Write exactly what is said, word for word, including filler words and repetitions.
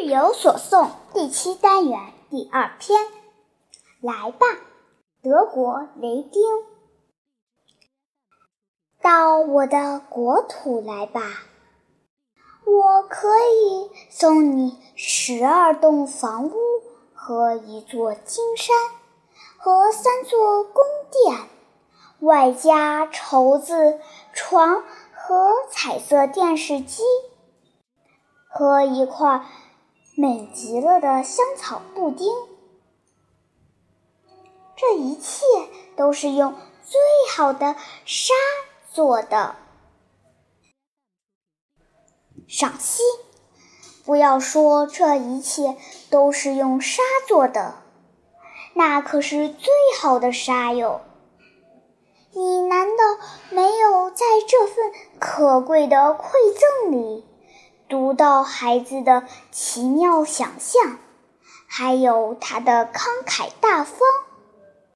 有所诵第七单元第二篇。来吧，德国雷丁，到我的国土来吧，我可以送你十二栋房屋和一座金山和三座宫殿，外加绸子床和彩色电视机，和一块美极了的香草布丁。这一切都是用最好的纱做的。赏析：不要说这一切都是用纱做的，那可是最好的纱哟。你难道没有在这份可贵的馈赠里读到孩子的奇妙想象，还有他的慷慨大方？